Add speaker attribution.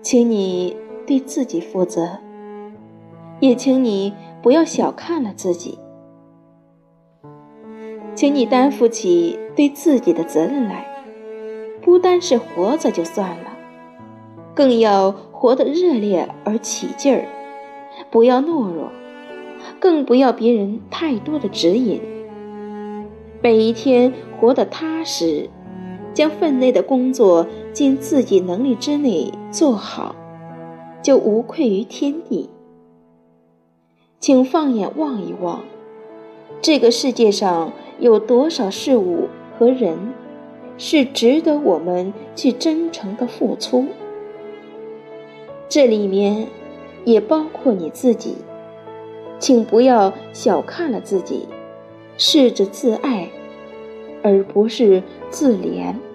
Speaker 1: 请你对自己负责，也请你不要小看了自己。请你担负起对自己的责任来，不单是活着就算了，更要活得热烈而起劲儿，不要懦弱，更不要别人太多的指引。每一天活得踏实，将分内的工作尽自己能力之内做好，就无愧于天地。请放眼望一望，这个世界上有多少事物和人是值得我们去真诚的付出，这里面也包括你自己。请不要小看了自己，试着自爱，而不是自怜。